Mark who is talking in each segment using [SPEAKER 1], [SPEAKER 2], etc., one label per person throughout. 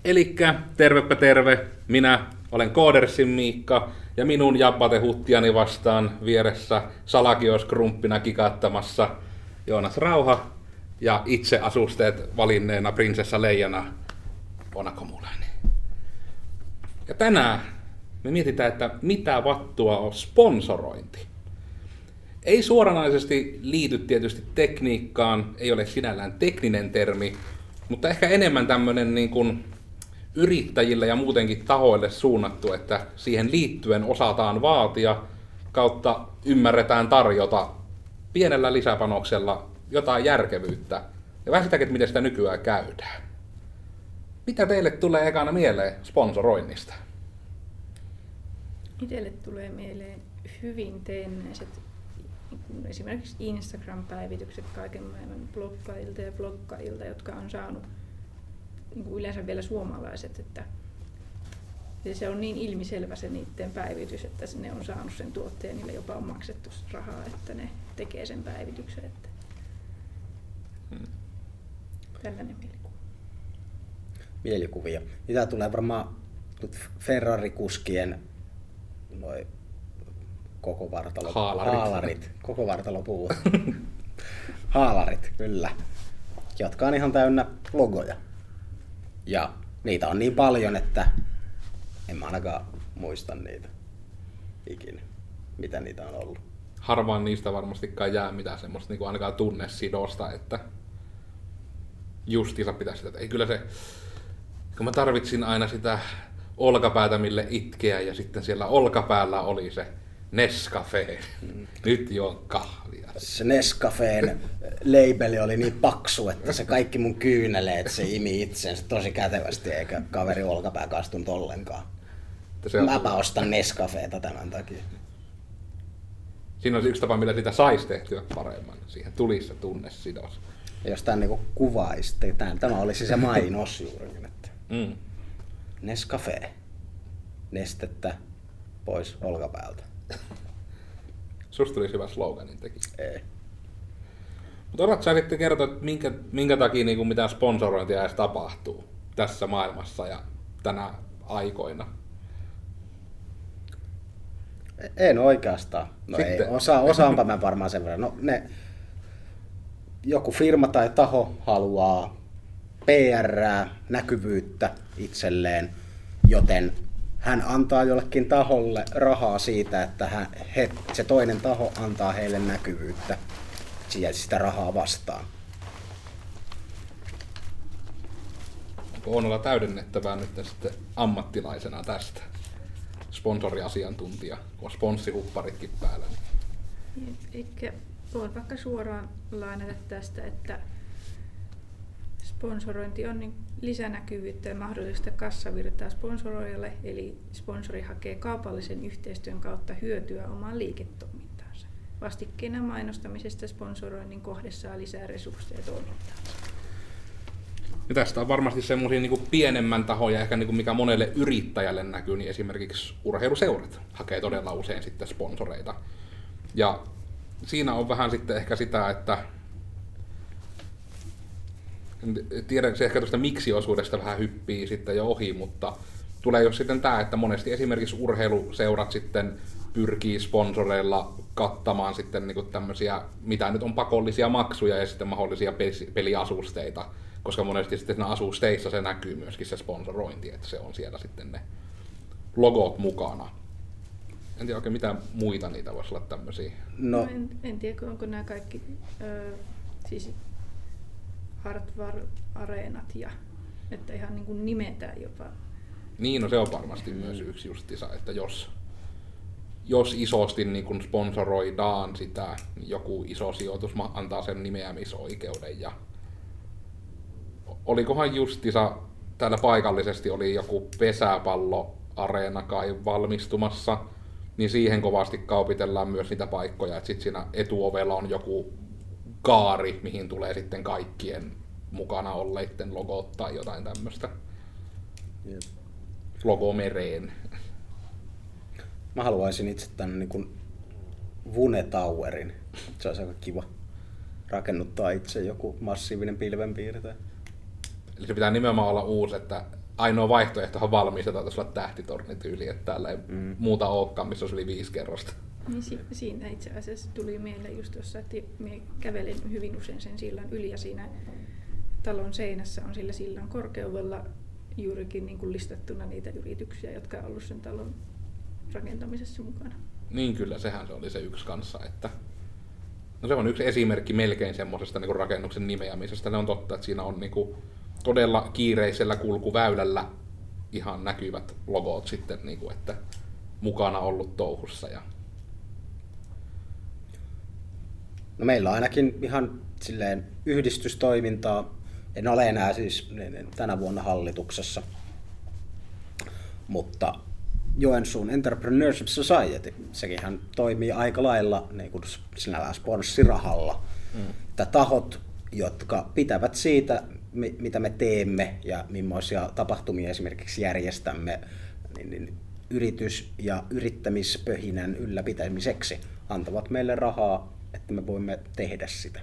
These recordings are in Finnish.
[SPEAKER 1] Elikkä tervepä terve, minä olen Koodersin Miikka ja minun jappatehuttiani vastaan vieressä salakioskrumppina kikattamassa Joonas Rauha ja itse asusteet valinneena prinsessa Leijana Oona Komulainen. Ja tänään me mietitään, että mitä vattua on sponsorointi. Ei suoranaisesti liity tietysti tekniikkaan, ei ole sinällään tekninen termi, mutta ehkä enemmän tämmöinen niin kuin yrittäjille ja muutenkin tahoille suunnattu, että siihen liittyen osataan vaatia kautta ymmärretään tarjota pienellä lisäpanoksella jotain järkevyyttä ja vähän sitäkin, että miten sitä nykyään käydään. Mitä teille tulee ekana mieleen sponsoroinnista?
[SPEAKER 2] Itselle tulee mieleen hyvin teennäiset esimerkiksi Instagram-päivitykset kaiken maailman bloggaajilta ja vloggaajilta, jotka on saanut niin kuin yleensä vielä suomalaiset, että se on niin ilmiselvä se niiden päivitys, että ne on saanut sen tuotteen, niille jopa on maksettu rahaa, että ne tekee sen päivityksen. Että tällainen mielikuva.
[SPEAKER 3] Mielikuvia. Mitä tulee varmaan Ferrari-kuskien noi koko vartalo haalarit. Koko vartalopuut. Haalarit, kyllä. Jotka on ihan täynnä logoja. Ja niitä on niin paljon, että en mä ainakaan muista niitä ikinä, mitä niitä on ollut.
[SPEAKER 1] Harvaan niistä varmastikaan jää mitään semmoista niin ainakaan tunnesidosta, että justiinsa pitäisi sitä. Ei kyllä se, kun mä tarvitsin aina sitä olkapäätä, mille itkeä, ja sitten siellä olkapäällä oli se Nescafe. Nyt juon kahvia.
[SPEAKER 3] Se Nescafeen labeli oli niin paksu, että se kaikki mun kyyneleet se imi itsensä tosi kätevästi, eikä kaveri olkapää kastunut ollenkaan. Mäpä ostan Nescafeeta tämän takia.
[SPEAKER 1] Siinä on yksi tapa, millä sitä saisi tehtyä paremmin. Siihen tulisi se tunnesidos.
[SPEAKER 3] Ja jos tämän niinku kuvaisi, tämä olisi se mainos juurikin. Että Nescafe. Nestettä pois olkapäältä.
[SPEAKER 1] Susta tulisi hyvä sloganin teki.
[SPEAKER 3] Ei.
[SPEAKER 1] Mutta osaatko sä sitten kertoa, että minkä takia niin mitään sponsorointia edes tapahtuu tässä maailmassa ja tänä aikoina?
[SPEAKER 3] En oikeastaan. No sitten ei, osaanpa mä varmaan sen verran. No joku firma tai taho haluaa PR:ää, näkyvyyttä itselleen, joten hän antaa jollekin taholle rahaa siitä, että se toinen taho antaa heille näkyvyyttä sitä rahaa vastaan.
[SPEAKER 1] Onko Oonalla täydennettävää nyt sitten ammattilaisena tästä? Sponsoriasiantuntija, kun on sponssihupparitkin päällä.
[SPEAKER 2] Eikä voin vaikka suoraan lainata tästä, että sponsorointi on niin lisänäkyvyyttä ja mahdollista kassavirtaa sponsoroijalle, eli sponsori hakee kaupallisen yhteistyön kautta hyötyä omaan liiketoimintaansa. Vastikkeena mainostamisesta sponsoroinnin kohde saa lisää resursseja toimintaansa.
[SPEAKER 1] Ja tästä on varmasti semmoisia niin pienemmän tahoja, ehkä niin mikä monelle yrittäjälle näkyy, niin esimerkiksi urheiluseurat hakee todella usein sitten sponsoreita. Ja siinä on vähän sitten ehkä sitä, että tiedän, se ehkä tuosta miksi-osuudesta vähän hyppii sitten jo ohi, mutta tulee jo sitten tämä, että monesti esimerkiksi urheiluseurat sitten pyrkii sponsoreilla kattamaan sitten niin tämmöisiä, mitä nyt on pakollisia maksuja ja sitten mahdollisia peliasusteita, koska monesti sitten siinä asusteissa se näkyy myöskin se sponsorointi, että se on siellä sitten ne logot mukana. En tiedä oikein mitä muita niitä voisi olla tämmöisiä.
[SPEAKER 2] No, en tiedä, onko nämä kaikki siis Hardware-areenat ja että ihan niin kuin nimetään jopa.
[SPEAKER 1] Niin, no se on varmasti myös yksi justiinsa, että jos isosti niin kuin sponsoroidaan sitä, niin joku iso sijoitus antaa sen nimeämisoikeuden. Ja olikohan justiinsa täällä paikallisesti oli joku pesäpalloareena kai valmistumassa, niin siihen kovasti kaupitellaan myös niitä paikkoja, että sitten siinä etuovella on joku kaari, mihin tulee sitten kaikkien mukana olleiden logot tai jotain tämmöistä.
[SPEAKER 3] Yep.
[SPEAKER 1] Logomereen.
[SPEAKER 3] Mä haluaisin itse tänne niin kuin Vune Towerin. Se olisi aika kiva rakennuttaa itse joku massiivinen pilvenpiirtäjä.
[SPEAKER 1] Eli se pitää nimenomaan olla uusi, että ainoa vaihtoehtohan valmistetaan tuossa tähtitornityyli, että täällä ei muuta olekaan, missä olisi yli 5 kerrosta.
[SPEAKER 2] Niin siinä itse asiassa tuli mieleen just tuossa, että minä kävelen hyvin usein sen sillan yli ja siinä talon seinässä on sillä sillan korkeudella juurikin niin kuin listattuna niitä yrityksiä, jotka on ollut sen talon rakentamisessa mukana.
[SPEAKER 1] Niin kyllä, sehän se oli se yksi kanssa, että no se on yksi esimerkki melkein semmoisesta niin kuin rakennuksen nimeämisestä. Ne on totta, että siinä on niin kuin todella kiireisellä kulkuväylällä ihan näkyvät logot sitten, niin kuin, että mukana ollut touhussa. Ja
[SPEAKER 3] no meillä on ainakin ihan silleen yhdistystoimintaa. En ole enää siis tänä vuonna hallituksessa, mutta Joensuun Entrepreneurship Society, sekinhän toimii aika lailla niin kuin sinällään sponssirahalla. Että tahot, jotka pitävät siitä, mitä me teemme ja millaisia tapahtumia esimerkiksi järjestämme, niin yritys- ja yrittämispöhinän ylläpitämiseksi antavat meille rahaa, että me voimme tehdä sitä.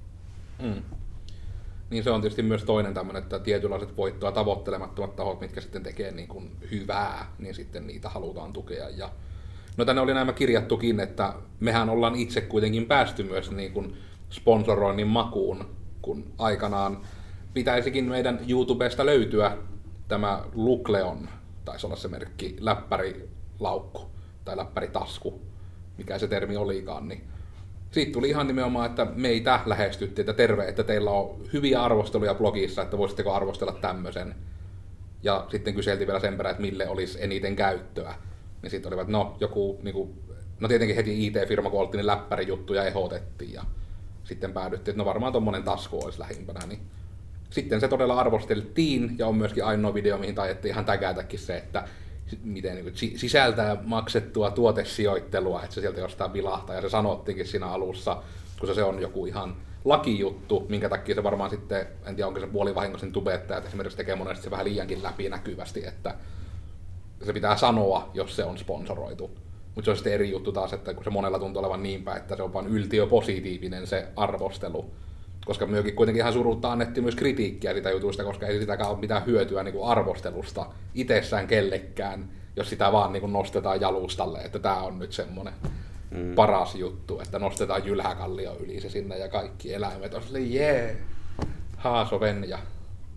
[SPEAKER 1] Niin se on tietysti myös toinen tämmöinen, että tietynlaiset voittoa tavoittelemattomat tahot, mitkä sitten tekee niin kuin hyvää, niin sitten niitä halutaan tukea. Ja no tänne oli nämä kirjattukin, että mehän ollaan itse kuitenkin päästy myös niin kuin sponsoroinnin makuun, kun aikanaan pitäisikin meidän YouTubesta löytyä tämä Lucleon, taisi olla se merkki, läppärilaukku tai läppäritasku, mikä se termi olikaan, niin siitä tuli ihan nimenomaan, että meitä lähestyttiin, että terve, että teillä on hyviä arvosteluja blogissa, että voisitteko arvostella tämmöisen. Ja sitten kyseltiin vielä sen perään, että mille olisi eniten käyttöä. Niin sitten olivat, no joku, no tietenkin heti IT-firma, kun oltiin, niin läppärijuttuja ehdotettiin. Ja sitten päädyttiin, että no varmaan tommonen tasku olisi lähimpänä. Niin sitten se todella arvosteltiin, ja on myöskin ainoa video, mihin taidettiin ihan tägätäkin se, että miten niin sisältää maksettua tuotesijoittelua, että se sieltä jostain vilahtaa, ja se sanottiinkin siinä alussa, kun se on joku ihan lakijuttu, minkä takia se varmaan sitten, en tiedä onko se puolivahingoisen tubettajat esimerkiksi tekee monesti se vähän liiankin läpinäkyvästi, että se pitää sanoa, jos se on sponsoroitu. Mutta se on sitten eri juttu taas, että kun se monella tuntuu olevan niin päin, että se on vain yltiöpositiivinen se arvostelu. Koska myöskin kuitenkin ihan surutta annettiin myös kritiikkiä sitä jutuista, koska ei sitäkään ole mitään hyötyä niin kuin arvostelusta itsessään kellekään, jos sitä vaan niin kuin nostetaan jalustalle, että tämä on nyt semmoinen paras juttu, että nostetaan Jylhäkallio yli se sinne ja kaikki eläimet on silleen jee, Haasoven ja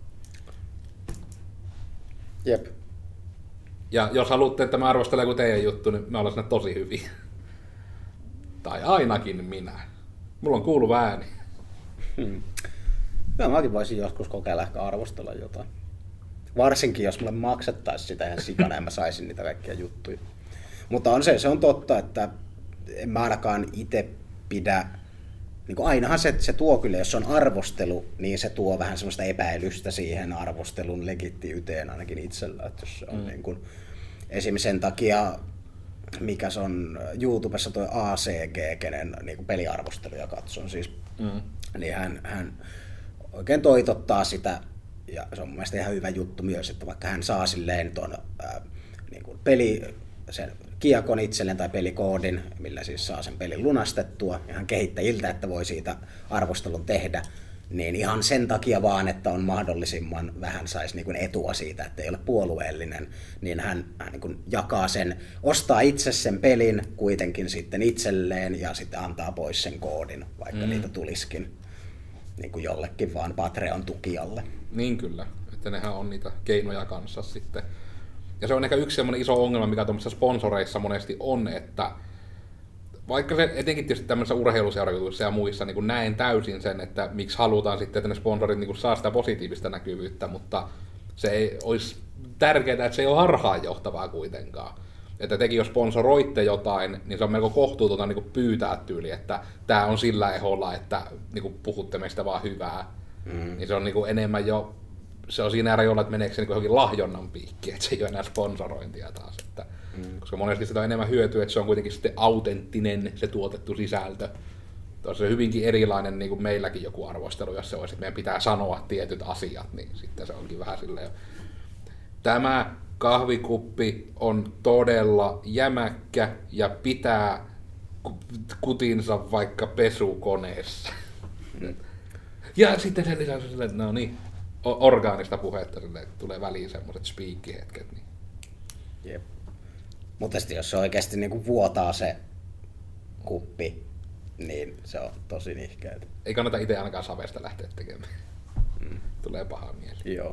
[SPEAKER 3] jep.
[SPEAKER 1] Ja jos haluatte, että mä arvostelen kuin teidän juttu, niin mä olen sinne tosi hyviä. Tai ainakin minä. Mulla on kuuluva ääni.
[SPEAKER 3] Kyllä mäkin voisin joskus kokeilla ehkä arvostella jotain. Varsinkin jos mulle maksettaisiin sitä ihan sikana ja mä saisin niitä kaikkia juttuja. Mutta se on totta, että en mä ainakaan itse pidä, niin kuin ainahan se tuo kyllä, jos on arvostelu, niin se tuo vähän semmoista epäilystä siihen arvostelun legittimyyteen ainakin itsellä. Että jos se on niin kuin, esimerkiksi sen takia, mikä se on YouTubessa tuo ACG, kenen niin kuin peliarvosteluja katson siis, niin hän oikein toitottaa sitä, ja se on mun mielestä ihan hyvä juttu myös, että vaikka hän saa silleen ton niin kuin sen kiekon itselleen tai pelikoodin, millä siis saa sen pelin lunastettua ihan kehittäjiltä, että voi siitä arvostelun tehdä, niin ihan sen takia vaan, että on mahdollisimman vähän saisi niin kuin etua siitä, että ei ole puolueellinen, niin hän niin kuin jakaa sen, ostaa itse sen pelin kuitenkin sitten itselleen ja sitten antaa pois sen koodin, vaikka niitä tulisikin niin kuin jollekin vaan Patreon-tukijalle.
[SPEAKER 1] Niin kyllä, että nehän on niitä keinoja kanssa sitten. Ja se on ehkä yksi semmoinen iso ongelma, mikä tuollaisissa sponsoreissa monesti on, että vaikka se etenkin tietysti tämmöisissä urheiluseurajutuissa ja muissa niin näen täysin sen, että miksi halutaan sitten, että ne sponsorit niin saa sitä positiivista näkyvyyttä, mutta se ei olisi tärkeää, että se ei ole harhaanjohtavaa kuitenkaan. Että tekin jos sponsoroitte jotain, niin se on melko kohtuutonta niin pyytää tyyli, että tämä on sillä eholla, että niin puhutte meistä vaan hyvää. Niin se on niin enemmän jo, se on siinä rajoilla, että meneekö se niin johonkin lahjonnan piikkiin, että se ei ole enää sponsorointia taas. Että, koska monesti sitä on enemmän hyötyä, että se on kuitenkin sitten autenttinen se tuotettu sisältö. Se on hyvinkin erilainen niin kuin meilläkin joku arvostelu, jos se olisi, että meidän pitää sanoa tietyt asiat, niin sitten se onkin vähän silleen. Tämä kahvikuppi on todella jämäkkä ja pitää kutinsa vaikka pesukoneessa. Ja sitten sen lisäksi silleen, että no niin, orgaanista puhetta, sille tulee väliin semmoiset spiikkihetket. Niin.
[SPEAKER 3] Jep. Mutta sitten jos se oikeasti niinku vuotaa se kuppi, niin se on tosi nihkeä.
[SPEAKER 1] Ei kannata itse ainakaan savesta lähteä tekemään. Tulee paha mieli.
[SPEAKER 3] Joo.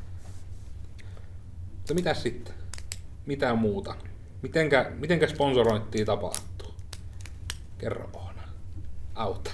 [SPEAKER 1] Mutta mitäs sitten? Mitä muuta? Mitenkä sponsorointia tapahtuu? Kerro Oona. Auta.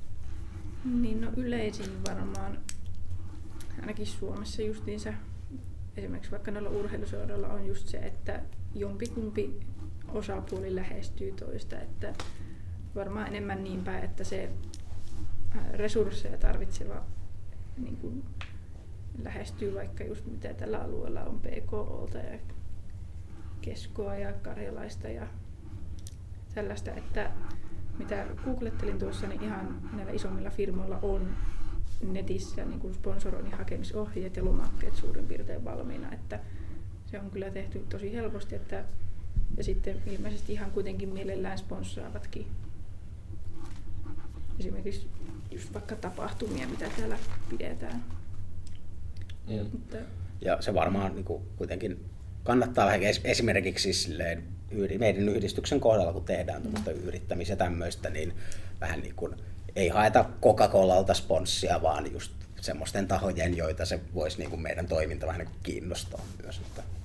[SPEAKER 2] Niin no yleisin varmaan, ainakin Suomessa justiinsa, esimerkiksi vaikka noilla urheiluseuroilla on just se, että jompikumpi osapuoli lähestyy toista, että varmaan enemmän niin päin, että se resursseja tarvitseva niin kuin lähestyy vaikka just mitä tällä alueella on PK:lta ja Keskoa ja Karjalaista ja tällaista, että mitä googlettelin tuossa, niin ihan näillä isommilla firmoilla on netissä niin kuin sponsoroinnin hakemisohjeet ja lomakkeet suurin piirtein valmiina, että se on kyllä tehty tosi helposti, että ja sitten ilmeisesti ihan kuitenkin mielellään sponssaavatkin esimerkiksi just vaikka tapahtumia, mitä täällä pidetään. Mutta
[SPEAKER 3] ja se varmaan niin kuin, kuitenkin kannattaa vähän esimerkiksi silleen, meidän yhdistyksen kohdalla, kun tehdään tuommoista yrittämistä ja tämmöistä, niin vähän niin kuin ei haeta Coca-Colalta sponssia, vaan just semmoisten tahojen, joita se voisi niin kuin meidän toiminta vähän niin kuin kiinnostaa myös.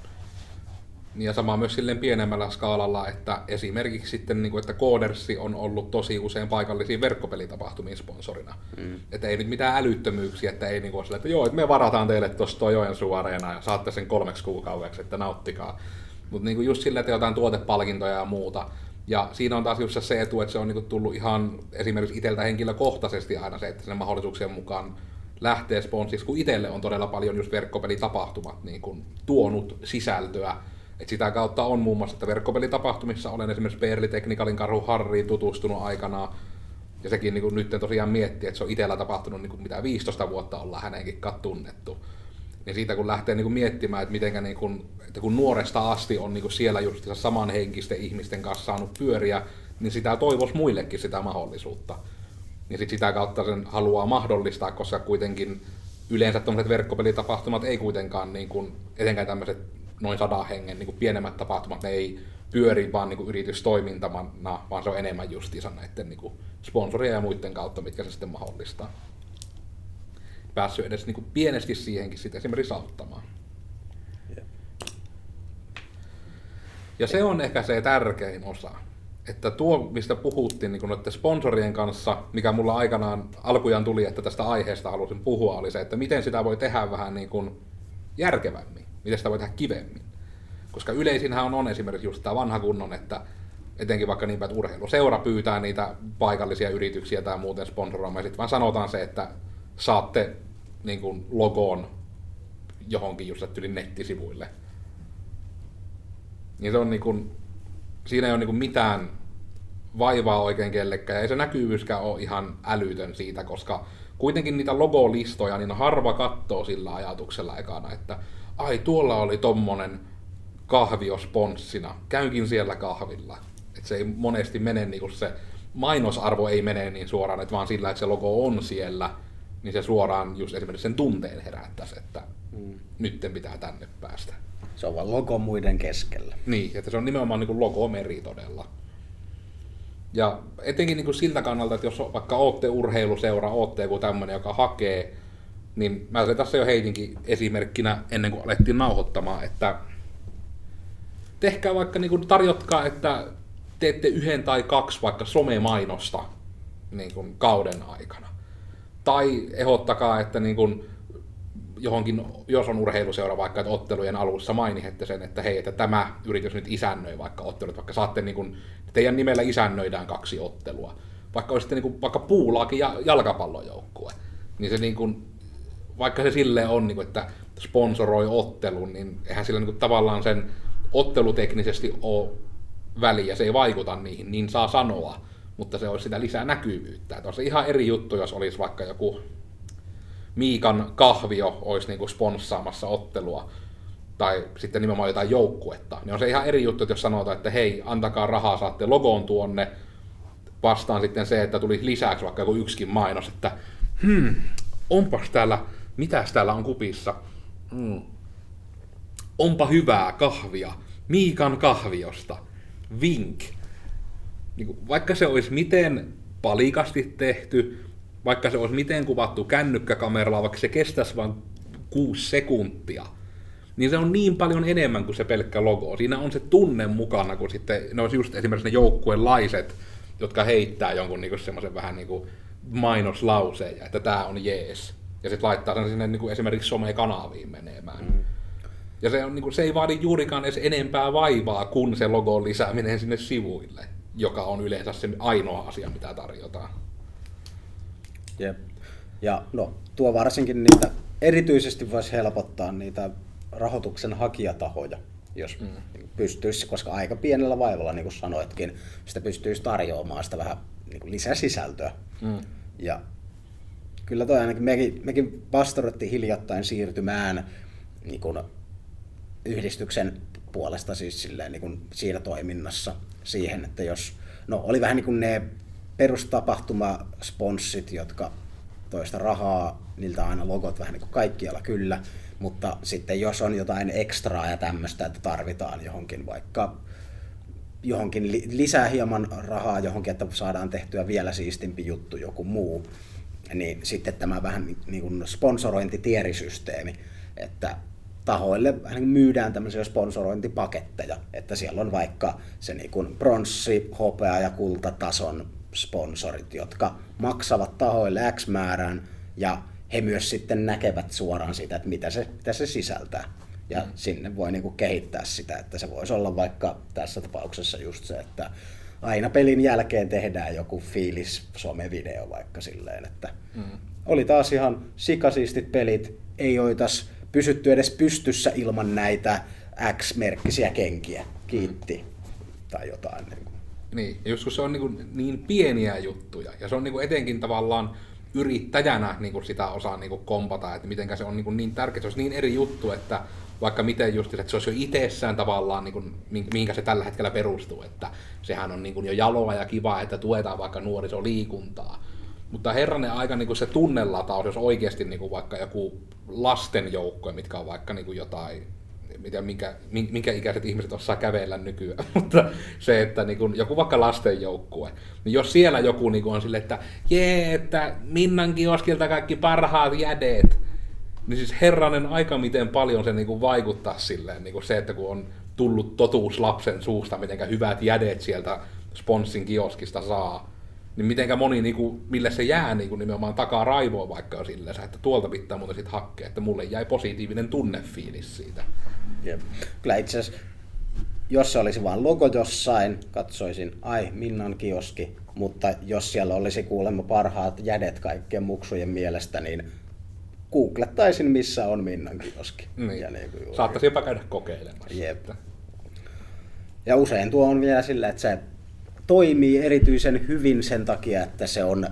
[SPEAKER 1] Ja sama myös silleen pienemmällä skaalalla, että esimerkiksi sitten, niin kuin, että Codersi on ollut tosi usein paikallisiin verkkopelitapahtumiin sponsorina. Että ei nyt mitään älyttömyyksiä, että ei niin kuin ole sillä, että joo, että me varataan teille tuosta Joensuu-areena ja saatte sen 3 kuukaudeksi, että nauttikaa. Mutta niin just sillä, että jotain tuotepalkintoja ja muuta. Ja siinä on taas just se etu, että se on niin kuin tullut ihan esimerkiksi itseltä henkilökohtaisesti aina se, että sen mahdollisuuksien mukaan lähtee sponssiksi, kun itselle on todella paljon just verkkopelitapahtumat niin kuin tuonut sisältöä. Et sitä kautta on muun muassa, että verkkopelitapahtumissa olen esimerkiksi PRL Technicalin Karhu Harriin tutustunut aikanaan. Ja sekin niin nyt tosiaan miettii, että se on itsellä tapahtunut niin mitä 15 vuotta ollaan hänenkin tunnettu. Niin siitä kun lähtee niin miettimään, että mitenkä että kun nuoresta asti on niin siellä just samanhenkisten ihmisten kanssa saanut pyöriä, niin sitä toivoisi muillekin sitä mahdollisuutta. Ja sit sitä kautta sen haluaa mahdollistaa, koska kuitenkin yleensä tuommoiset verkkopelitapahtumat ei kuitenkaan, niin kuin, etenkään tämmöiset noin 100 hengen niin kuin pienemmät tapahtumat, ne ei pyöri vaan niin kuin yritystoimintana, vaan se on enemmän justiinsa näiden niin kuin sponsoria ja muiden kautta, mitkä se sitten mahdollistaa. Päässyt edes niin kuin pienesti siihenkin sitten esimerkiksi auttamaan. Ja se on ehkä se tärkein osa, että tuo, mistä puhuttiin niin noiden sponsorien kanssa, mikä mulla aikanaan alkujaan tuli, että tästä aiheesta halusin puhua, oli se, että miten sitä voi tehdä vähän niin kuin järkevämmin, miten sitä voi tehdä kivemmin. Koska yleisinhän on esimerkiksi just tämä vanha kunnon, että etenkin vaikka niinpä, että urheiluseura pyytää niitä paikallisia yrityksiä tai muuten sponsoroimaan, ja sitten vaan sanotaan se, että saatte niin kuin logoon johonkin just yli nettisivuille. Niin se on niin kuin, siinä ei ole niin kuin mitään vaivaa oikein kellekään, ja se näkyvyyskään ole ihan älytön siitä, koska kuitenkin niitä logolistoja, niin harva kattoo sillä ajatuksella ekana, että ai tuolla oli tommonen kahvio sponssina, käynkin siellä kahvilla. Että se ei monesti mene, niin kuin se mainosarvo ei mene niin suoraan, että vaan sillä, että se logo on siellä, niin se suoraan just esimerkiksi sen tunteen herättäisi, että nytten pitää tänne päästä.
[SPEAKER 3] Se on vaan logo muiden keskellä.
[SPEAKER 1] Niin, että se on nimenomaan niin kuin logomeri todella. Ja etenkin niin kuin siltä kannalta, että jos vaikka ootte urheiluseura, ootte joku tämmöinen, joka hakee, niin mä se tässä jo heitinkin esimerkkinä ennen kuin alettiin nauhoittamaan, että tehkää vaikka, niin kuin tarjotkaa, että teette 1 tai 2 vaikka somemainosta niin kuin kauden aikana. Tai ehdottakaa, että niin kuin johonkin, jos on urheiluseura vaikka, että ottelujen alussa mainitsette sen, että hei, että tämä yritys nyt isännöi vaikka ottelut, vaikka saatte niin kuin, teidän nimellä isännöidään 2 ottelua. Vaikka olisitte niin kuin, vaikka puulaakin jalkapallojoukkue, niin se niin kuin, vaikka se silleen on, niin kuin, että sponsoroi ottelun, niin eihän sillä niin kuin, tavallaan sen otteluteknisesti ole väliä, se ei vaikuta niihin, niin saa sanoa, mutta se olisi sitä lisää näkyvyyttä. Että on se ihan eri juttu, jos olisi vaikka joku Miikan kahvio olisi niin kuin sponssaamassa ottelua, tai sitten nimenomaan jotain joukkuetta, niin on se ihan eri juttu, että jos sanotaan, että hei, antakaa rahaa, saatte logoon tuonne, vastaan sitten se, että tulisi lisäksi vaikka joku yksikin mainos, että onpas täällä Mitäs täällä on kupissa? Onpa hyvää kahvia. Miikan kahviosta. Vink. Niin vaikka se olisi miten palikasti tehty, vaikka se olisi miten kuvattu kännykkäkameralla, vaikka se kestäisi vain 6 sekuntia, niin se on niin paljon enemmän kuin se pelkkä logo. Siinä on se tunne mukana, kun sitten ne on just esimerkiksi ne joukkuelaiset, jotka heittää jonkun niinku semmoisen vähän niinku mainoslauseen, että tää on jees. Ja sitten laittaa sen sinne niinku esimerkiksi somekanaviin menemään. Ja se, on, niinku, se ei vaadi juurikaan edes enempää vaivaa kuin se logon lisääminen sinne sivuille, joka on yleensä se ainoa asia, mitä tarjotaan.
[SPEAKER 3] Jep. Ja no, tuo varsinkin niitä, erityisesti voisi helpottaa niitä rahoituksen hakijatahoja, jos pystyisi, koska aika pienellä vaivalla, niin kuin sanoitkin, sitä pystyisi tarjoamaan sitä vähän niin kuin lisäsisältöä. Ja kyllä toi ainakin, mekin vastauduttiin hiljattain siirtymään niin kuin yhdistyksen puolesta siis silleen, niin kuin siinä toiminnassa siihen, että jos, no oli vähän niin kuin ne perustapahtumasponssit, jotka toista rahaa, niiltä aina logot vähän niin kuin kaikkialla kyllä, mutta sitten jos on jotain ekstraa ja tämmöistä, että tarvitaan johonkin vaikka johonkin lisää hieman rahaa johonkin, että saadaan tehtyä vielä siistimpi juttu, joku muu, niin sitten tämä vähän niin kuin sponsorointitierisysteemi, että tahoille myydään tämmöisiä sponsorointipaketteja, että siellä on vaikka se niin kuin bronssi, hopea ja kultatason sponsorit, jotka maksavat tahoille X määrän ja he myös sitten näkevät suoraan sitä, että mitä se sisältää. Ja sinne voi niinku kehittää sitä, että se voisi olla vaikka tässä tapauksessa just se, että aina pelin jälkeen tehdään joku fiilis somevideo vaikka silleen, että oli taas ihan sikasiistit pelit, ei oitas pysytty edes pystyssä ilman näitä X-merkkisiä kenkiä, kiitti, tai jotain.
[SPEAKER 1] Niin, just kun se on niin pieniä juttuja, ja se on etenkin tavallaan yrittäjänä sitä osaa kompata, että mitenkä se on niin tärkeä, se olisi niin eri juttu, että vaikka miten just, että se olisi jo itsessään tavallaan, mihinkä se tällä hetkellä perustuu, että sehän on jo jaloa ja kivaa, että tuetaan vaikka nuorisoliikuntaa. Mutta herranen aika se tunnelataus, jos oikeasti vaikka joku lastenjoukkoja, mitkä on vaikka jotain, minkä ikäiset ihmiset osaa kävellä nykyään, mutta se, että joku vaikka lastenjoukkue, niin jos siellä joku on silleen, että jee, että Minnan kioskilta kaikki parhaat jädet, niin siis herranen aika miten paljon se vaikuttaa silleen, se, että kun on tullut totuus lapsen suusta, mitenkä hyvät jädet sieltä sponssin kioskista saa, niin mitenkä moni, mille se jää nimenomaan takaa raivoa vaikka jo silleen, että tuolta pitää muuten sitten hakea, että mulle jäi positiivinen tunnefiilis siitä.
[SPEAKER 3] Jep. Kyllä itse asiassa, jos se olisi vain logo jossain, katsoisin, ai Minnan kioski, mutta jos siellä olisi kuulemma parhaat jädet kaikkien muksujen mielestä, niin googlettaisin, missä on Minnan kioski.
[SPEAKER 1] Niin. Ja saattaisi jopa käydä kokeilemassa.
[SPEAKER 3] Jep. Ja usein tuo on vielä sillä, että se toimii erityisen hyvin sen takia, että se on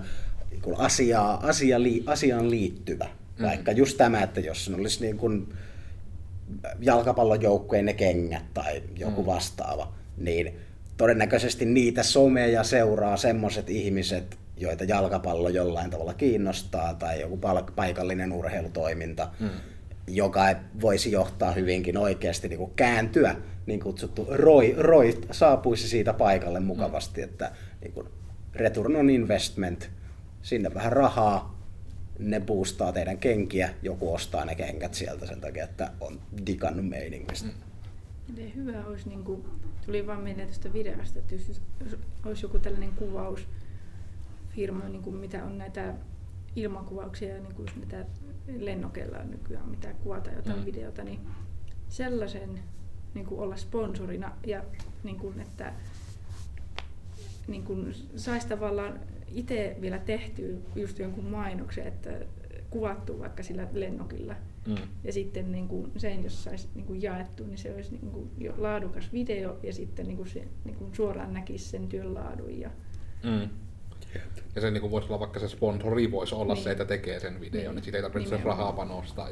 [SPEAKER 3] asiaan liittyvä. Vaikka just tämä, että jos se olisi niin kuin jalkapallojoukkueen ne kengät tai joku vastaava, niin todennäköisesti niitä someja seuraa semmoiset ihmiset, joita jalkapallo jollain tavalla kiinnostaa, tai joku paikallinen urheilutoiminta, joka voisi johtaa hyvinkin oikeasti niin kuin kääntyä, niin kutsuttu ROI saapuisi siitä paikalle mukavasti, että niin kuin return on investment, sinne vähän rahaa, ne boostaa teidän kenkiä, joku ostaa ne kengät sieltä sen takia, että on digannut meiningistä.
[SPEAKER 2] Hyvä olisi, tuli vaan mieleen tästä videosta, että jos olisi joku tällainen kuvausfirma, mitä on näitä ilmakuvauksia ja mitä lennokeilla on nykyään, mitä kuvataan jotain videota, niin sellaisen olla sponsorina ja että saisi tavallaan itse vielä tehtyä just jonkun mainoksen, että kuvattu vaikka sillä lennokilla. Ja sitten sen, jos saisi jaettu, niin se olisi jo laadukas video ja sitten se suoraan näkisi sen työn laadun. Ja
[SPEAKER 1] se voisi olla vaikka se sponsori voisi olla se, että tekee sen videon, niin siitä ei tarvitse rahaa panostaa.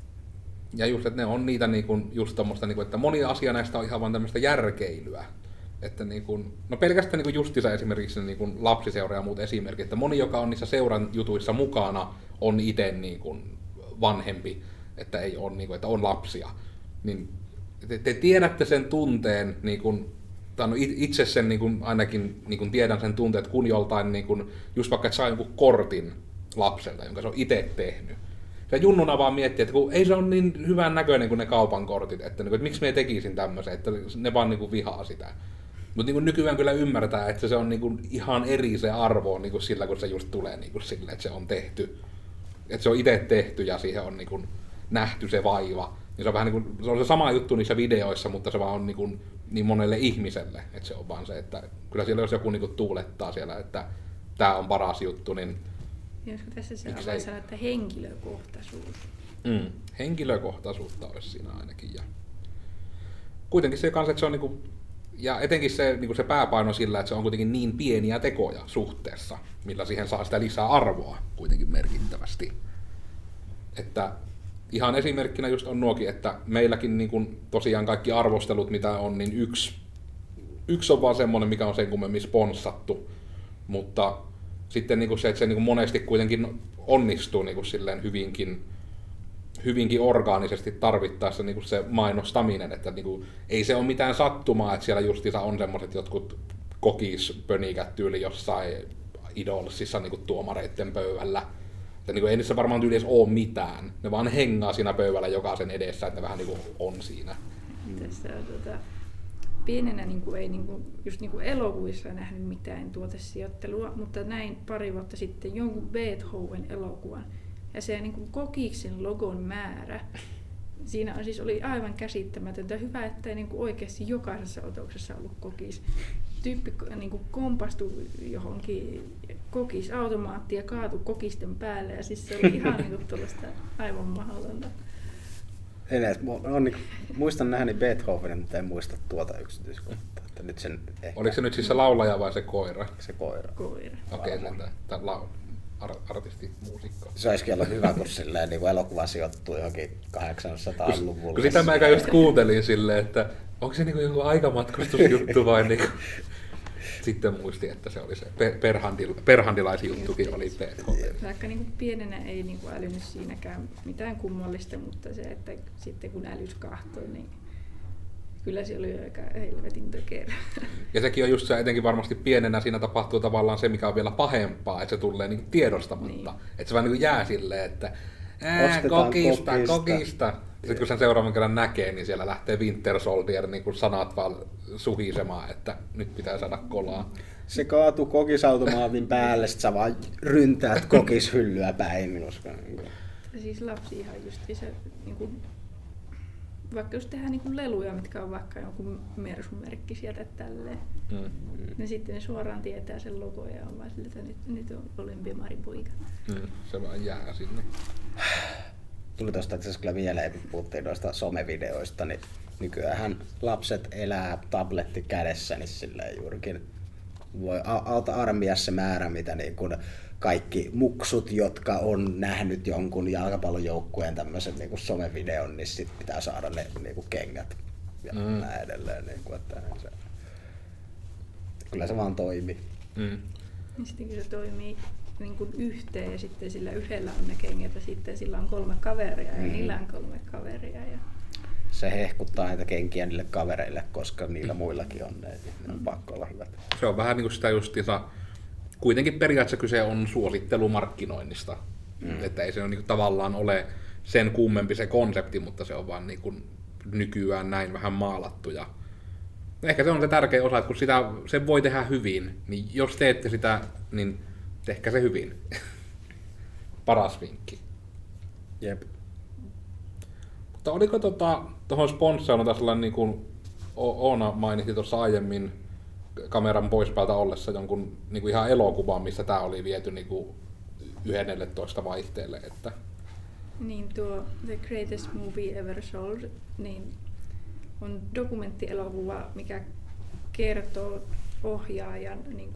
[SPEAKER 1] Ja just, että ne on niitä just tommoista, että moni asia näistä on ihan vain tämmöistä järkeilyä. Että niin kuin, no pelkästään niin kuin justiinsa esimerkiksi niin kuin lapsiseura ja muut esimerkit, että moni, joka on niissä seuran jutuissa mukana, on itse niin kuin vanhempi, että ei ole, niin kuin, että on lapsia. Niin te tiedätte sen tunteen, niin kuin, tai no itse sen niin kuin, ainakin niin kuin tiedän sen tunteen, että kun joltain, niin kuin, just vaikka että saa jonkun kortin lapselta, jonka se on itse tehnyt. Ja junnuna vaan miettii, että kun ei se ole niin hyvän näköinen kuin ne kaupan kortit, että, niin kuin, että miksi me tekisin tämmöisen, että ne vaan niin kuin vihaa sitä. Mutta niin nykyään kyllä ymmärtää, että se on niin kuin ihan eri se arvo niin kuin sillä, kun se just tulee niin kuin sille, että se on tehty. Että se on itse tehty ja siihen on niin kuin nähty se vaiva. Niin se on vähän niin kuin, se on se sama juttu niissä videoissa, mutta se vaan on niin monelle ihmiselle. Että se on vaan se, että kyllä siellä jos joku niin kuin tuulettaa siellä, että tämä on paras juttu, niin
[SPEAKER 2] josko tässä se voi sanoa, että henkilökohtaisuus.
[SPEAKER 1] Henkilökohtaisuutta olisi siinä ainakin. Ja kuitenkin se kanssa, että se on niinku, ja etenkin se, niinku se pääpaino sillä, että se on kuitenkin niin pieniä tekoja suhteessa, millä siihen saa sitä lisää arvoa kuitenkin merkittävästi. Että ihan esimerkkinä just on nuokin, että meilläkin niinku tosiaan kaikki arvostelut, mitä on, niin yksi on vaan semmoinen, mikä on sen kummemmin sponssattu, mutta sitten niinku se, että se niinku monesti kuitenkin onnistuu niinku silleen hyvinkin orgaanisesti tarvittaessa niinku se mainostaminen, että niinku, ei se ole mitään sattumaa, että siellä justiinsa on semmoiset jotkut kokispönikät tyyli jossain Idolsissa niinku tuomareitten pöydällä. Että niinku, ei niissä varmaan tyyli edes ole mitään. Ne vaan hengaa siinä pöydällä jokaisen edessä, että ne vähän niinku on siinä.
[SPEAKER 2] Tässä pienenä ei just elokuvissa nähnyt mitään tuotesijoittelua, mutta näin pari vuotta sitten jonkun Beethoven-elokuvan. Ja se Kokiksen logon määrä, siinä on siis oli aivan käsittämätöntä. Hyvä, että ei oikeasti jokaisessa otoksessa ollut kokis. Tyyppi kompastui johonkin kokisautomaattiin ja kaatui kokisten päälle. Ja siis se oli ihan tuollaista aivan mahdotonta.
[SPEAKER 3] Muistan nähni Beethovenin, mutta en muista tuota yksityiskohtaa. Että nyt sen ehkä...
[SPEAKER 1] Oliko se nyt siis se laulaja vai se koira?
[SPEAKER 3] Se koira.
[SPEAKER 1] Okei, tämä artisti, muusikko.
[SPEAKER 3] Se olisikin ollut hyvä, kun silleen, niin elokuva sijoittuu johonkin 800-luvulle.
[SPEAKER 1] Kun sitä mä just kuuntelin silleen, että onko se niin joku aikamatkustusjuttu vai niin kuin... Sitten muistin, että se oli se perhandilaisjuttukin oli Beethoven.
[SPEAKER 2] Vaikka pienenä ei älynyt siinäkään mitään kummallista, mutta se, että sitten kun älys kahtoi, niin kyllä se oli aika helvetin tökerä.
[SPEAKER 1] Ja sekin on just se, etenkin varmasti pienenä siinä tapahtuu tavallaan se, mikä on vielä pahempaa, että se tulee niin tiedostamatta. Niin. Että se vaan niin jää silleen, että kokista. Sitten kun sen seuraavan kerran näkee, niin siellä lähtee Winter Soldier niin kuin sanat vaan suhisemaan, että nyt pitää saada kolaa.
[SPEAKER 3] Se kaatuu kokisautomaatin päälle, sit sä vaan ryntäät kokishyllyä päin. Koska...
[SPEAKER 2] Siis lapsi ihan just se, vaikka jos tehdään leluja, mitkä on vaikka jonkun Mersun merkki sieltä tälleen, niin sitten ne suoraan tietää sen logo ja on vaan sille, että nyt on Olympiamaripoika.
[SPEAKER 1] Se vaan jää sinne.
[SPEAKER 3] Tuli tuosta itse asiassa kyllä mieleen, kun puhuttiin noista somevideoista, niin nykyään lapset elää tabletti kädessä, niin silleen juurikin voi alta armia se määrä, mitä niin kuin kaikki muksut, jotka on nähnyt jonkun jalkapallojoukkueen tämmöisen niin kuin somevideon, niin sit pitää saada ne niin kuin kengät ja näin edelleen. Niin kuin, että se, kyllä se vaan toimii.
[SPEAKER 2] Ja sitten kun se toimii niin kuin yhteen ja sitten sillä yhdellä on ne kengät ja sitten sillä on 3 kaveria ja niillä on 3 kaveria. Ja...
[SPEAKER 3] Se hehkuttaa näitä kenkiä niille kavereille, koska niillä muillakin on ne, ne on pakko olla hyvät.
[SPEAKER 1] Se on vähän niin kuin sitä justiinsa, kuitenkin periaatteessa kyse on suosittelumarkkinoinnista. Että ei se niin kuin tavallaan ole sen kummempi se konsepti, mutta se on vaan niin kuin nykyään näin vähän maalattu. Ja ehkä se on se tärkeä osa, että kun sitä, sen voi tehdä hyvin, niin jos teette sitä, niin tehkää se hyvin. Paras vinkki.
[SPEAKER 3] Jep.
[SPEAKER 1] Mutta oliko tuohon sponssailun sellainen, niin kuin Oona mainitti tuossa aiemmin kameran pois päältä ollessa jonkun niin kuin ihan elokuvan, missä tämä oli viety niin kuin 11 vaihteelle. Että...
[SPEAKER 2] Niin tuo The Greatest Movie Ever Sold niin on dokumenttielokuva, mikä kertoo ohjaajan niin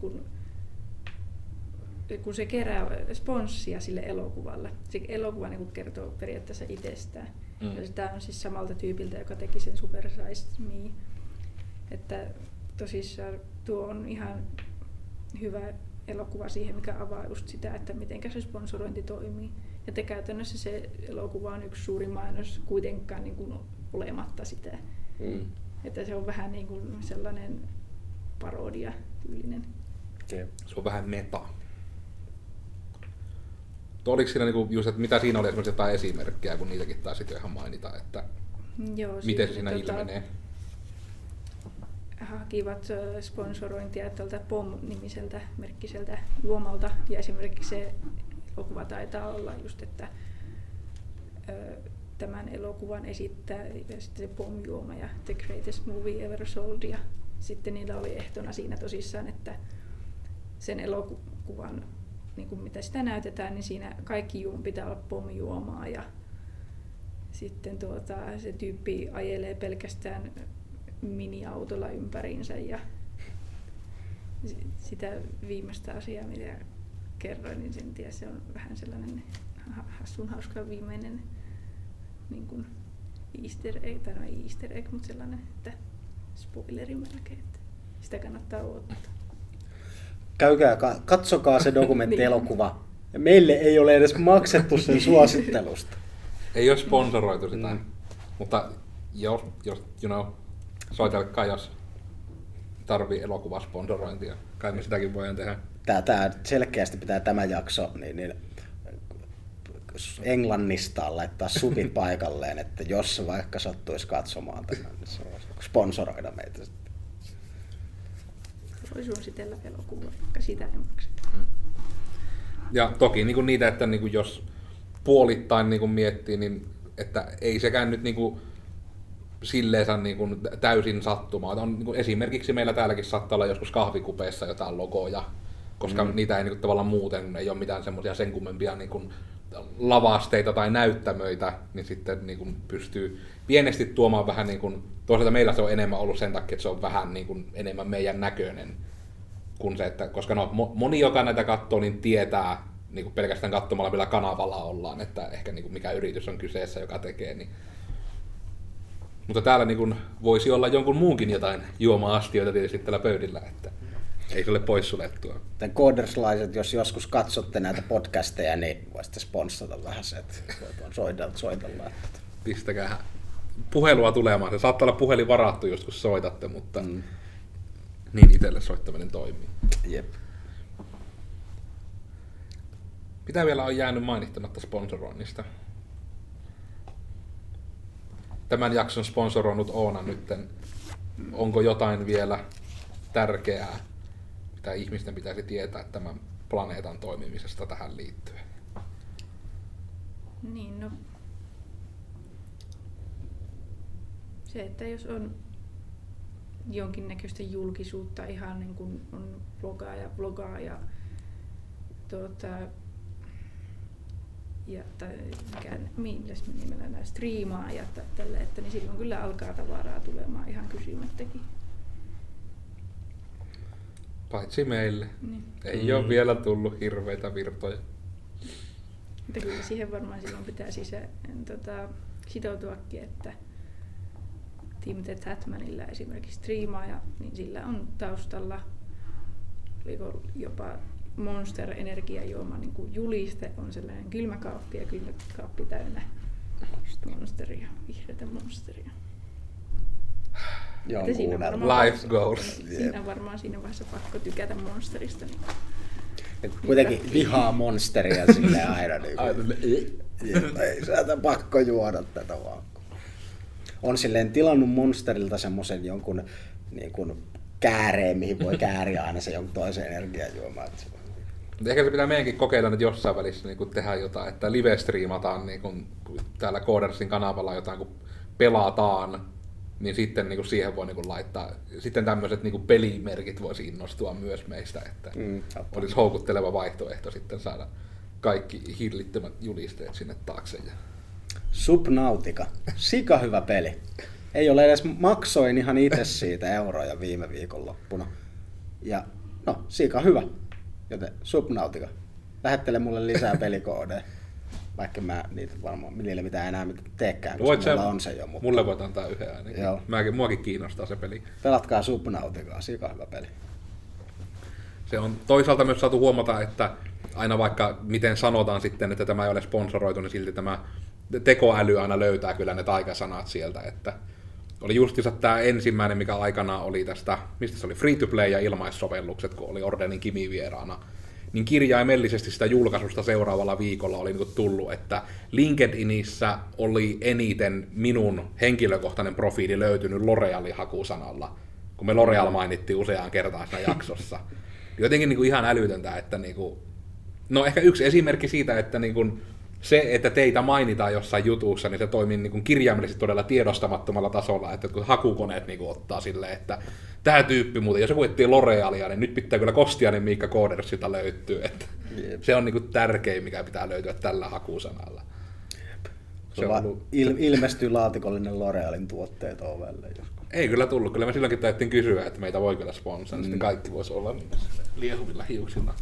[SPEAKER 2] kun se kerää sponssia sille elokuvalle. Se elokuva niin kertoo periaatteessa itsestään. Ja tämä on siis samalta tyypiltä, joka teki sen Super Size Me. Että tosissaan tuo on ihan hyvä elokuva siihen, mikä avaa just sitä, että miten se sponsorointi toimii. Ja käytännössä se elokuva on yksi suuri mainos kuitenkaan niin kuin olematta sitä. Että se on vähän niin kuin sellainen parodia-tyylinen.
[SPEAKER 1] Se on vähän meta. Oliko siinä niinku just, että mitä siinä oli esimerkiksi jotain esimerkkejä, kun niitäkin taisi ihan mainita, että
[SPEAKER 2] joo,
[SPEAKER 1] miten se siinä ilmenee?
[SPEAKER 2] Hakivat sponsorointia tältä POM-nimiseltä merkkiseltä juomalta, ja esimerkiksi se elokuva taitaa olla just, että tämän elokuvan esittää ja sitten se POM-juoma ja The Greatest Movie Ever Sold, ja sitten niillä oli ehtona siinä tosissaan, että sen elokuvan, niin kuin mitä sitä näytetään, niin siinä kaikki juoma pitää olla POM-juomaa, ja sitten se tyyppi ajelee pelkästään miniautolla ympäriinsä, ja sitä viimeistä asiaa, mitä kerroin, niin sen tiedä, se on vähän sellainen hassun hauska viimeinen niin kuin easter egg, tai no ei easter egg, mutta sellainen, että spoileri melkein, että sitä kannattaa odottaa.
[SPEAKER 3] Käykää, katsokaa se dokumenttielokuva. Ja meille ei ole edes maksettu sen suosittelusta.
[SPEAKER 1] Ei ole sponsoroitu sitä, mutta jos soitelkaa, jos tarvii elokuvasponsorointia. Kai me sitäkin voidaan tehdä.
[SPEAKER 3] Tää selkeästi pitää tämä jakso niin englannistaan laittaa subit paikalleen, että jos se vaikka sattuisi katsomaan tämän, niin se voisi sponsoroida meitä.
[SPEAKER 2] Voi suositella elokuvaa, vaikka sitä en makseta.
[SPEAKER 1] Ja toki niin kuin niitä, että niin kuin jos puolittain niin kuin miettii, niin että ei sekään nyt niin kuin silleensä niin kuin täysin sattumaa. On, niin kuin esimerkiksi meillä täälläkin saattaa olla joskus kahvikupeissa jotain logoja, koska niitä ei niin kuin tavallaan muuten, ei ole mitään semmoisia sen kummempia niin kuin lavasteita tai näyttämöitä, niin sitten niin kuin pystyy pienesti tuomaan vähän niin kuin, toisaalta meillä se on enemmän ollut sen takia, että se on vähän niin kuin enemmän meidän näköinen kuin se, että koska moni, joka näitä katsoo, niin tietää niin kuin pelkästään katsomalla, millä kanavalla ollaan, että ehkä niin kuin mikä yritys on kyseessä, joka tekee. Niin. Mutta täällä niin kuin voisi olla jonkun muunkin jotain juoma-astioita tietysti tällä pöydillä, että ei se ole poissuljettua.
[SPEAKER 3] Coderslaiset, jos joskus katsotte näitä podcasteja, niin voisitte sponssata vähän se, että soitellaan.
[SPEAKER 1] Pistäkää puhelua tulemaan. Se saattaa olla puhelin varattu just kun soitatte, mutta niin itselle soittaminen toimii.
[SPEAKER 3] Jep.
[SPEAKER 1] Mitä vielä on jäänyt mainittamatta sponsoroinnista? Tämän jakson sponsoroinut Oona nytten. Onko jotain vielä tärkeää, mitä ihmisten pitäisi tietää tämän planeetan toimimisesta tähän liittyen?
[SPEAKER 2] Niin, no. Se, että jos on jonkinnäköistä julkisuutta, ihan niin kuin on blogaa ja millä nimellä nämä striimaa ja tälle, että niin silloin kyllä alkaa tavaraa tulemaan ihan kysymättäkin.
[SPEAKER 1] Paitsi meille. Niin. Ei ole vielä tullut hirveitä virtoja.
[SPEAKER 2] Mutta kyllä siihen varmaan silloin pitää sitoutuakin, että Team The Tatmanilla esimerkiksi striimaaja, niin sillä on taustalla jopa Monster-energiajuoma niin kuin juliste, on sellainen kylmäkaappi ja kylmäkaappi täynnä Monsteria, vihreätä Monsteria.
[SPEAKER 1] Life goals.
[SPEAKER 2] Siinä on varmaan siinä vaiheessa pakko tykätä Monsterista. Niin
[SPEAKER 3] kuitenkin vihaa Monsteria silleen aina. Ei saata pakko juoda tätä vaan. On silleen tilannut Monsterilta semmoisen jonkun niin kuin kääreen, mihin voi kääriä aina se jonkun toisen energiajuomaan.
[SPEAKER 1] Ehkä se pitää meidänkin kokeilla nyt jossain välissä niin tehdä jotain, että live-striimataan niin kun täällä Codersin kanavalla jotain, kun pelataan, niin sitten niin siihen voi niin laittaa, sitten tämmöiset niin pelimerkit voisi innostua myös meistä, että olisi houkutteleva vaihtoehto sitten saada kaikki hillittömät julisteet sinne taakse.
[SPEAKER 3] Subnautica, sika hyvä peli. Ei ole edes, maksoin ihan itse siitä euroja viime viikonloppuna. Ja no, sika hyvä. Joten Subnautica, lähettele mulle lisää pelikoodeja. vaikka mä niitä varmaan niille mitään enää teekään,
[SPEAKER 1] Voit
[SPEAKER 3] koska mulla on se jo. Mutta...
[SPEAKER 1] Mulle voit antaa yhden ainakin. Muakin kiinnostaa se peli.
[SPEAKER 3] Pelatkaa Subnauticaa, sika hyvä peli.
[SPEAKER 1] Se on toisaalta myös saatu huomata, että aina vaikka miten sanotaan sitten, että tämä ei ole sponsoroitu, niin silti tämä tekoäly aina löytää kyllä ne taikasanat sieltä, että oli justiinsa tämä ensimmäinen, mikä aikanaan oli tästä, mistä se oli, free-to-play ja ilmaissovellukset, kun oli Ordenin Kimi vieraana, niin kirjaimellisesti sitä julkaisusta seuraavalla viikolla oli niin tullut, että LinkedInissä oli eniten minun henkilökohtainen profiili löytynyt L'Orealin hakusanalla, kun me L'Oreal mainittiin useaan kertaan siinä jaksossa. Jotenkin niin kuin ihan älytöntä, että niin kuin, no ehkä yksi esimerkki siitä, että niin kuin se, että teitä mainitaan jossain jutussa, niin se toimii niin kuin kirjaimellisesti todella tiedostamattomalla tasolla, että kun hakukoneet niin kuin ottaa silleen, että tämä tyyppi muuten, jos joku etsii L'Orealia, niin nyt pitää kyllä Kostiainen Miikka Codersilta löytyy, että se on niin kuin tärkein, mikä pitää löytyä tällä hakusanalla.
[SPEAKER 3] Se on ollut... ilmestyy laatikollinen L'Orealin tuotteet ovelle joskus.
[SPEAKER 1] Ei kyllä tullut, kyllä me silloinkin täyttiin kysyä, että meitä voi kyllä sponsata, niin sitten kaikki voisi olla niin liehuvilla hiuksilla.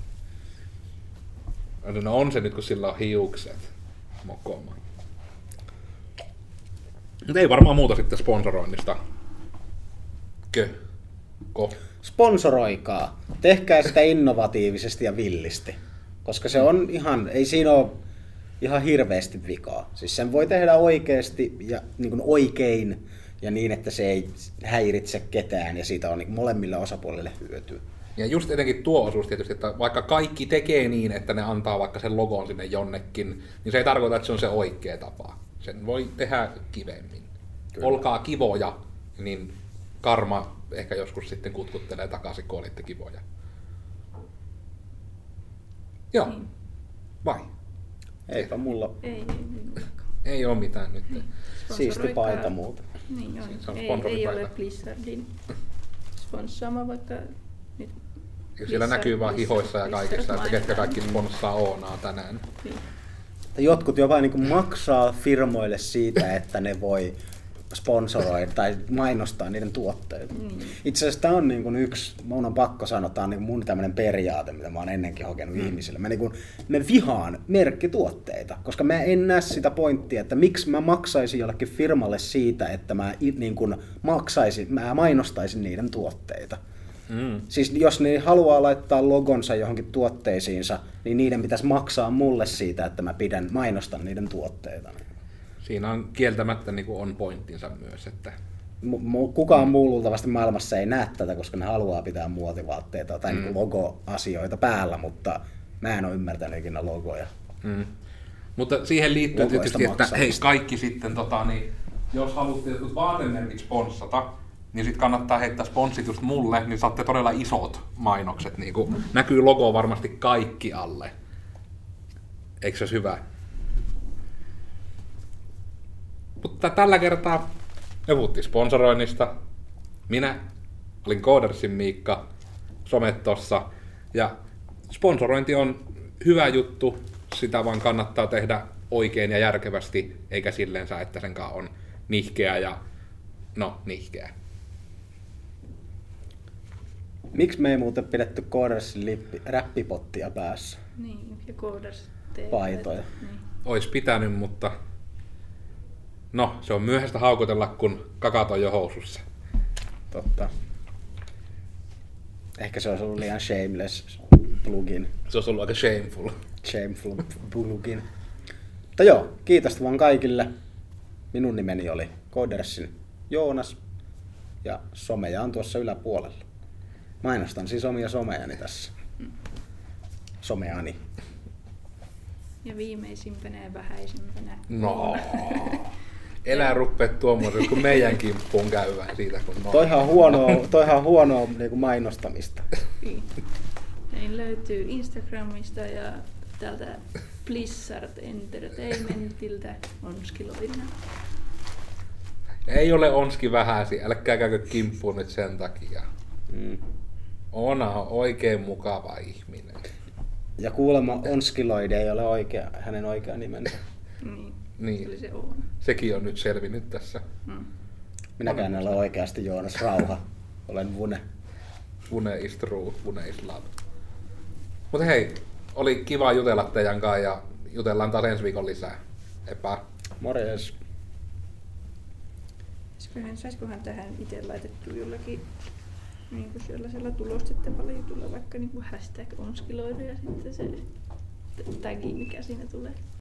[SPEAKER 1] No on se nyt, kun sillä on hiukset mokoma. Mutta ei varmaan muuta sitten sponsoroinnista.
[SPEAKER 3] Sponsoroikaa. Tehkää sitä innovatiivisesti ja villisti. Koska se on ihan, ei siinä ole ihan hirveästi vikaa. Siis sen voi tehdä oikeasti ja niin kuin oikein ja niin, että se ei häiritse ketään ja siitä on niin molemmille osapuolille hyötyä.
[SPEAKER 1] Ja just etenkin tuo osuus tietysti, että vaikka kaikki tekee niin, että ne antaa vaikka sen logon sinne jonnekin, niin se ei tarkoita, että se on se oikea tapa. Sen voi tehdä kivemmin. Kyllä. Olkaa kivoja, niin karma ehkä joskus sitten kutkuttelee takaisin, kun olitte kivoja. Joo. Niin. Vai?
[SPEAKER 3] Eipä mulla.
[SPEAKER 1] Ei ole mitään nyt. Niin.
[SPEAKER 3] Siisti paita muuta.
[SPEAKER 2] Niin on. Ei ole Blizzardin sponssaama, vaikka nyt
[SPEAKER 1] siellä näkyy vaan hihoissa ja kaikessa, että ketkä kaikki sponssaa Oonaa tänään.
[SPEAKER 3] Niin. Jotkut jopa niin kuin maksaa firmoille siitä, että ne voi sponsoroida tai mainostaa niiden tuotteita. Itse asiassa tämä on niin kuin yksi, mun on pakko sanoa, tämä on niin mun tämmöinen periaate, mitä mä oon ennenkin hokenut ihmisille. Mä vihaan merkkituotteita, koska mä en näe sitä pointtia, että miksi mä maksaisin jollekin firmalle siitä, että mä mainostaisin niiden tuotteita. Siis jos ne haluaa laittaa logonsa johonkin tuotteisiinsa, niin niiden pitäisi maksaa mulle siitä, että mä mainostan niiden tuotteita.
[SPEAKER 1] Siinä on kieltämättä niin kuin on pointtinsa myös. Että...
[SPEAKER 3] Kukaan muu luultavasti maailmassa ei näe tätä, koska ne haluaa pitää muotivaatteita tai niin kuin logo-asioita päällä, mutta mä en ole ymmärtänyt ikinä logoja.
[SPEAKER 1] Mutta siihen liittyy tietysti, että hei, kaikki sitten, niin, jos haluatte jotkut vaatemerkit sponssata, niin sitten kannattaa heittää sponssit just mulle, niin saatte todella isot mainokset. Niin kuin näkyy logo varmasti kaikki alle. Eikö se olisi hyvä? Mutta tällä kertaa me puhuttiin sponsoroinnista. Minä olin Codersin Miikka, somet tossa. Ja sponsorointi on hyvä juttu, sitä vaan kannattaa tehdä oikein ja järkevästi, eikä silleensä, että senkaan on nihkeä ja nihkeä.
[SPEAKER 3] Miksi me ei muuten pidetty Codersin räppipottia päässä?
[SPEAKER 2] Niin, ja Coders
[SPEAKER 3] paitoja.
[SPEAKER 2] Niin.
[SPEAKER 1] Ois pitänyt, mutta se on myöhäistä haukutella, kun kakat on jo housussa.
[SPEAKER 3] Totta. Ehkä se olisi ollut liian shameless plugin.
[SPEAKER 1] Se olisi ollut aika shameful.
[SPEAKER 3] Shameful plugin. Mutta joo, kiitos vaan kaikille. Minun nimeni oli Codersin Joonas ja someja on tuossa yläpuolella. Mainostan siis omia somejani tässä. Someani.
[SPEAKER 2] Ja viimeisimpänä ja vähäisimpänä.
[SPEAKER 1] No. Elää ruppee tuommoisen, kun meidän kimppuun käyvää siitä. Kun
[SPEAKER 3] toihan on huonoa niin mainostamista.
[SPEAKER 2] Niin löytyy Instagramista ja täältä Blizzard Entertainmentiltä Onskiloina.
[SPEAKER 1] Ei ole Onski vähäsi, älkää käykö kimppuun nyt sen takia. Ona on oikein mukava ihminen.
[SPEAKER 3] Ja kuulemma Onskiloid ei ole hänen oikea nimensä.
[SPEAKER 1] Niin.
[SPEAKER 2] Se on.
[SPEAKER 1] Sekin on nyt selvinnyt tässä.
[SPEAKER 3] Minäkään en ole oikeasti Joonas Rauha. Olen Vune.
[SPEAKER 1] Vune is true, Vune is love. Mutta hei, oli kiva jutella teidän kanssa ja jutellaan taas ensi viikon lisää. Epä.
[SPEAKER 3] Morjes.
[SPEAKER 2] Saisikohan tähän itse laitettua jollakin niin sellaisella tulostettavalla jutulla vaikka niin hashtag onskiloida ja sitten se tagi, mikä siinä tulee.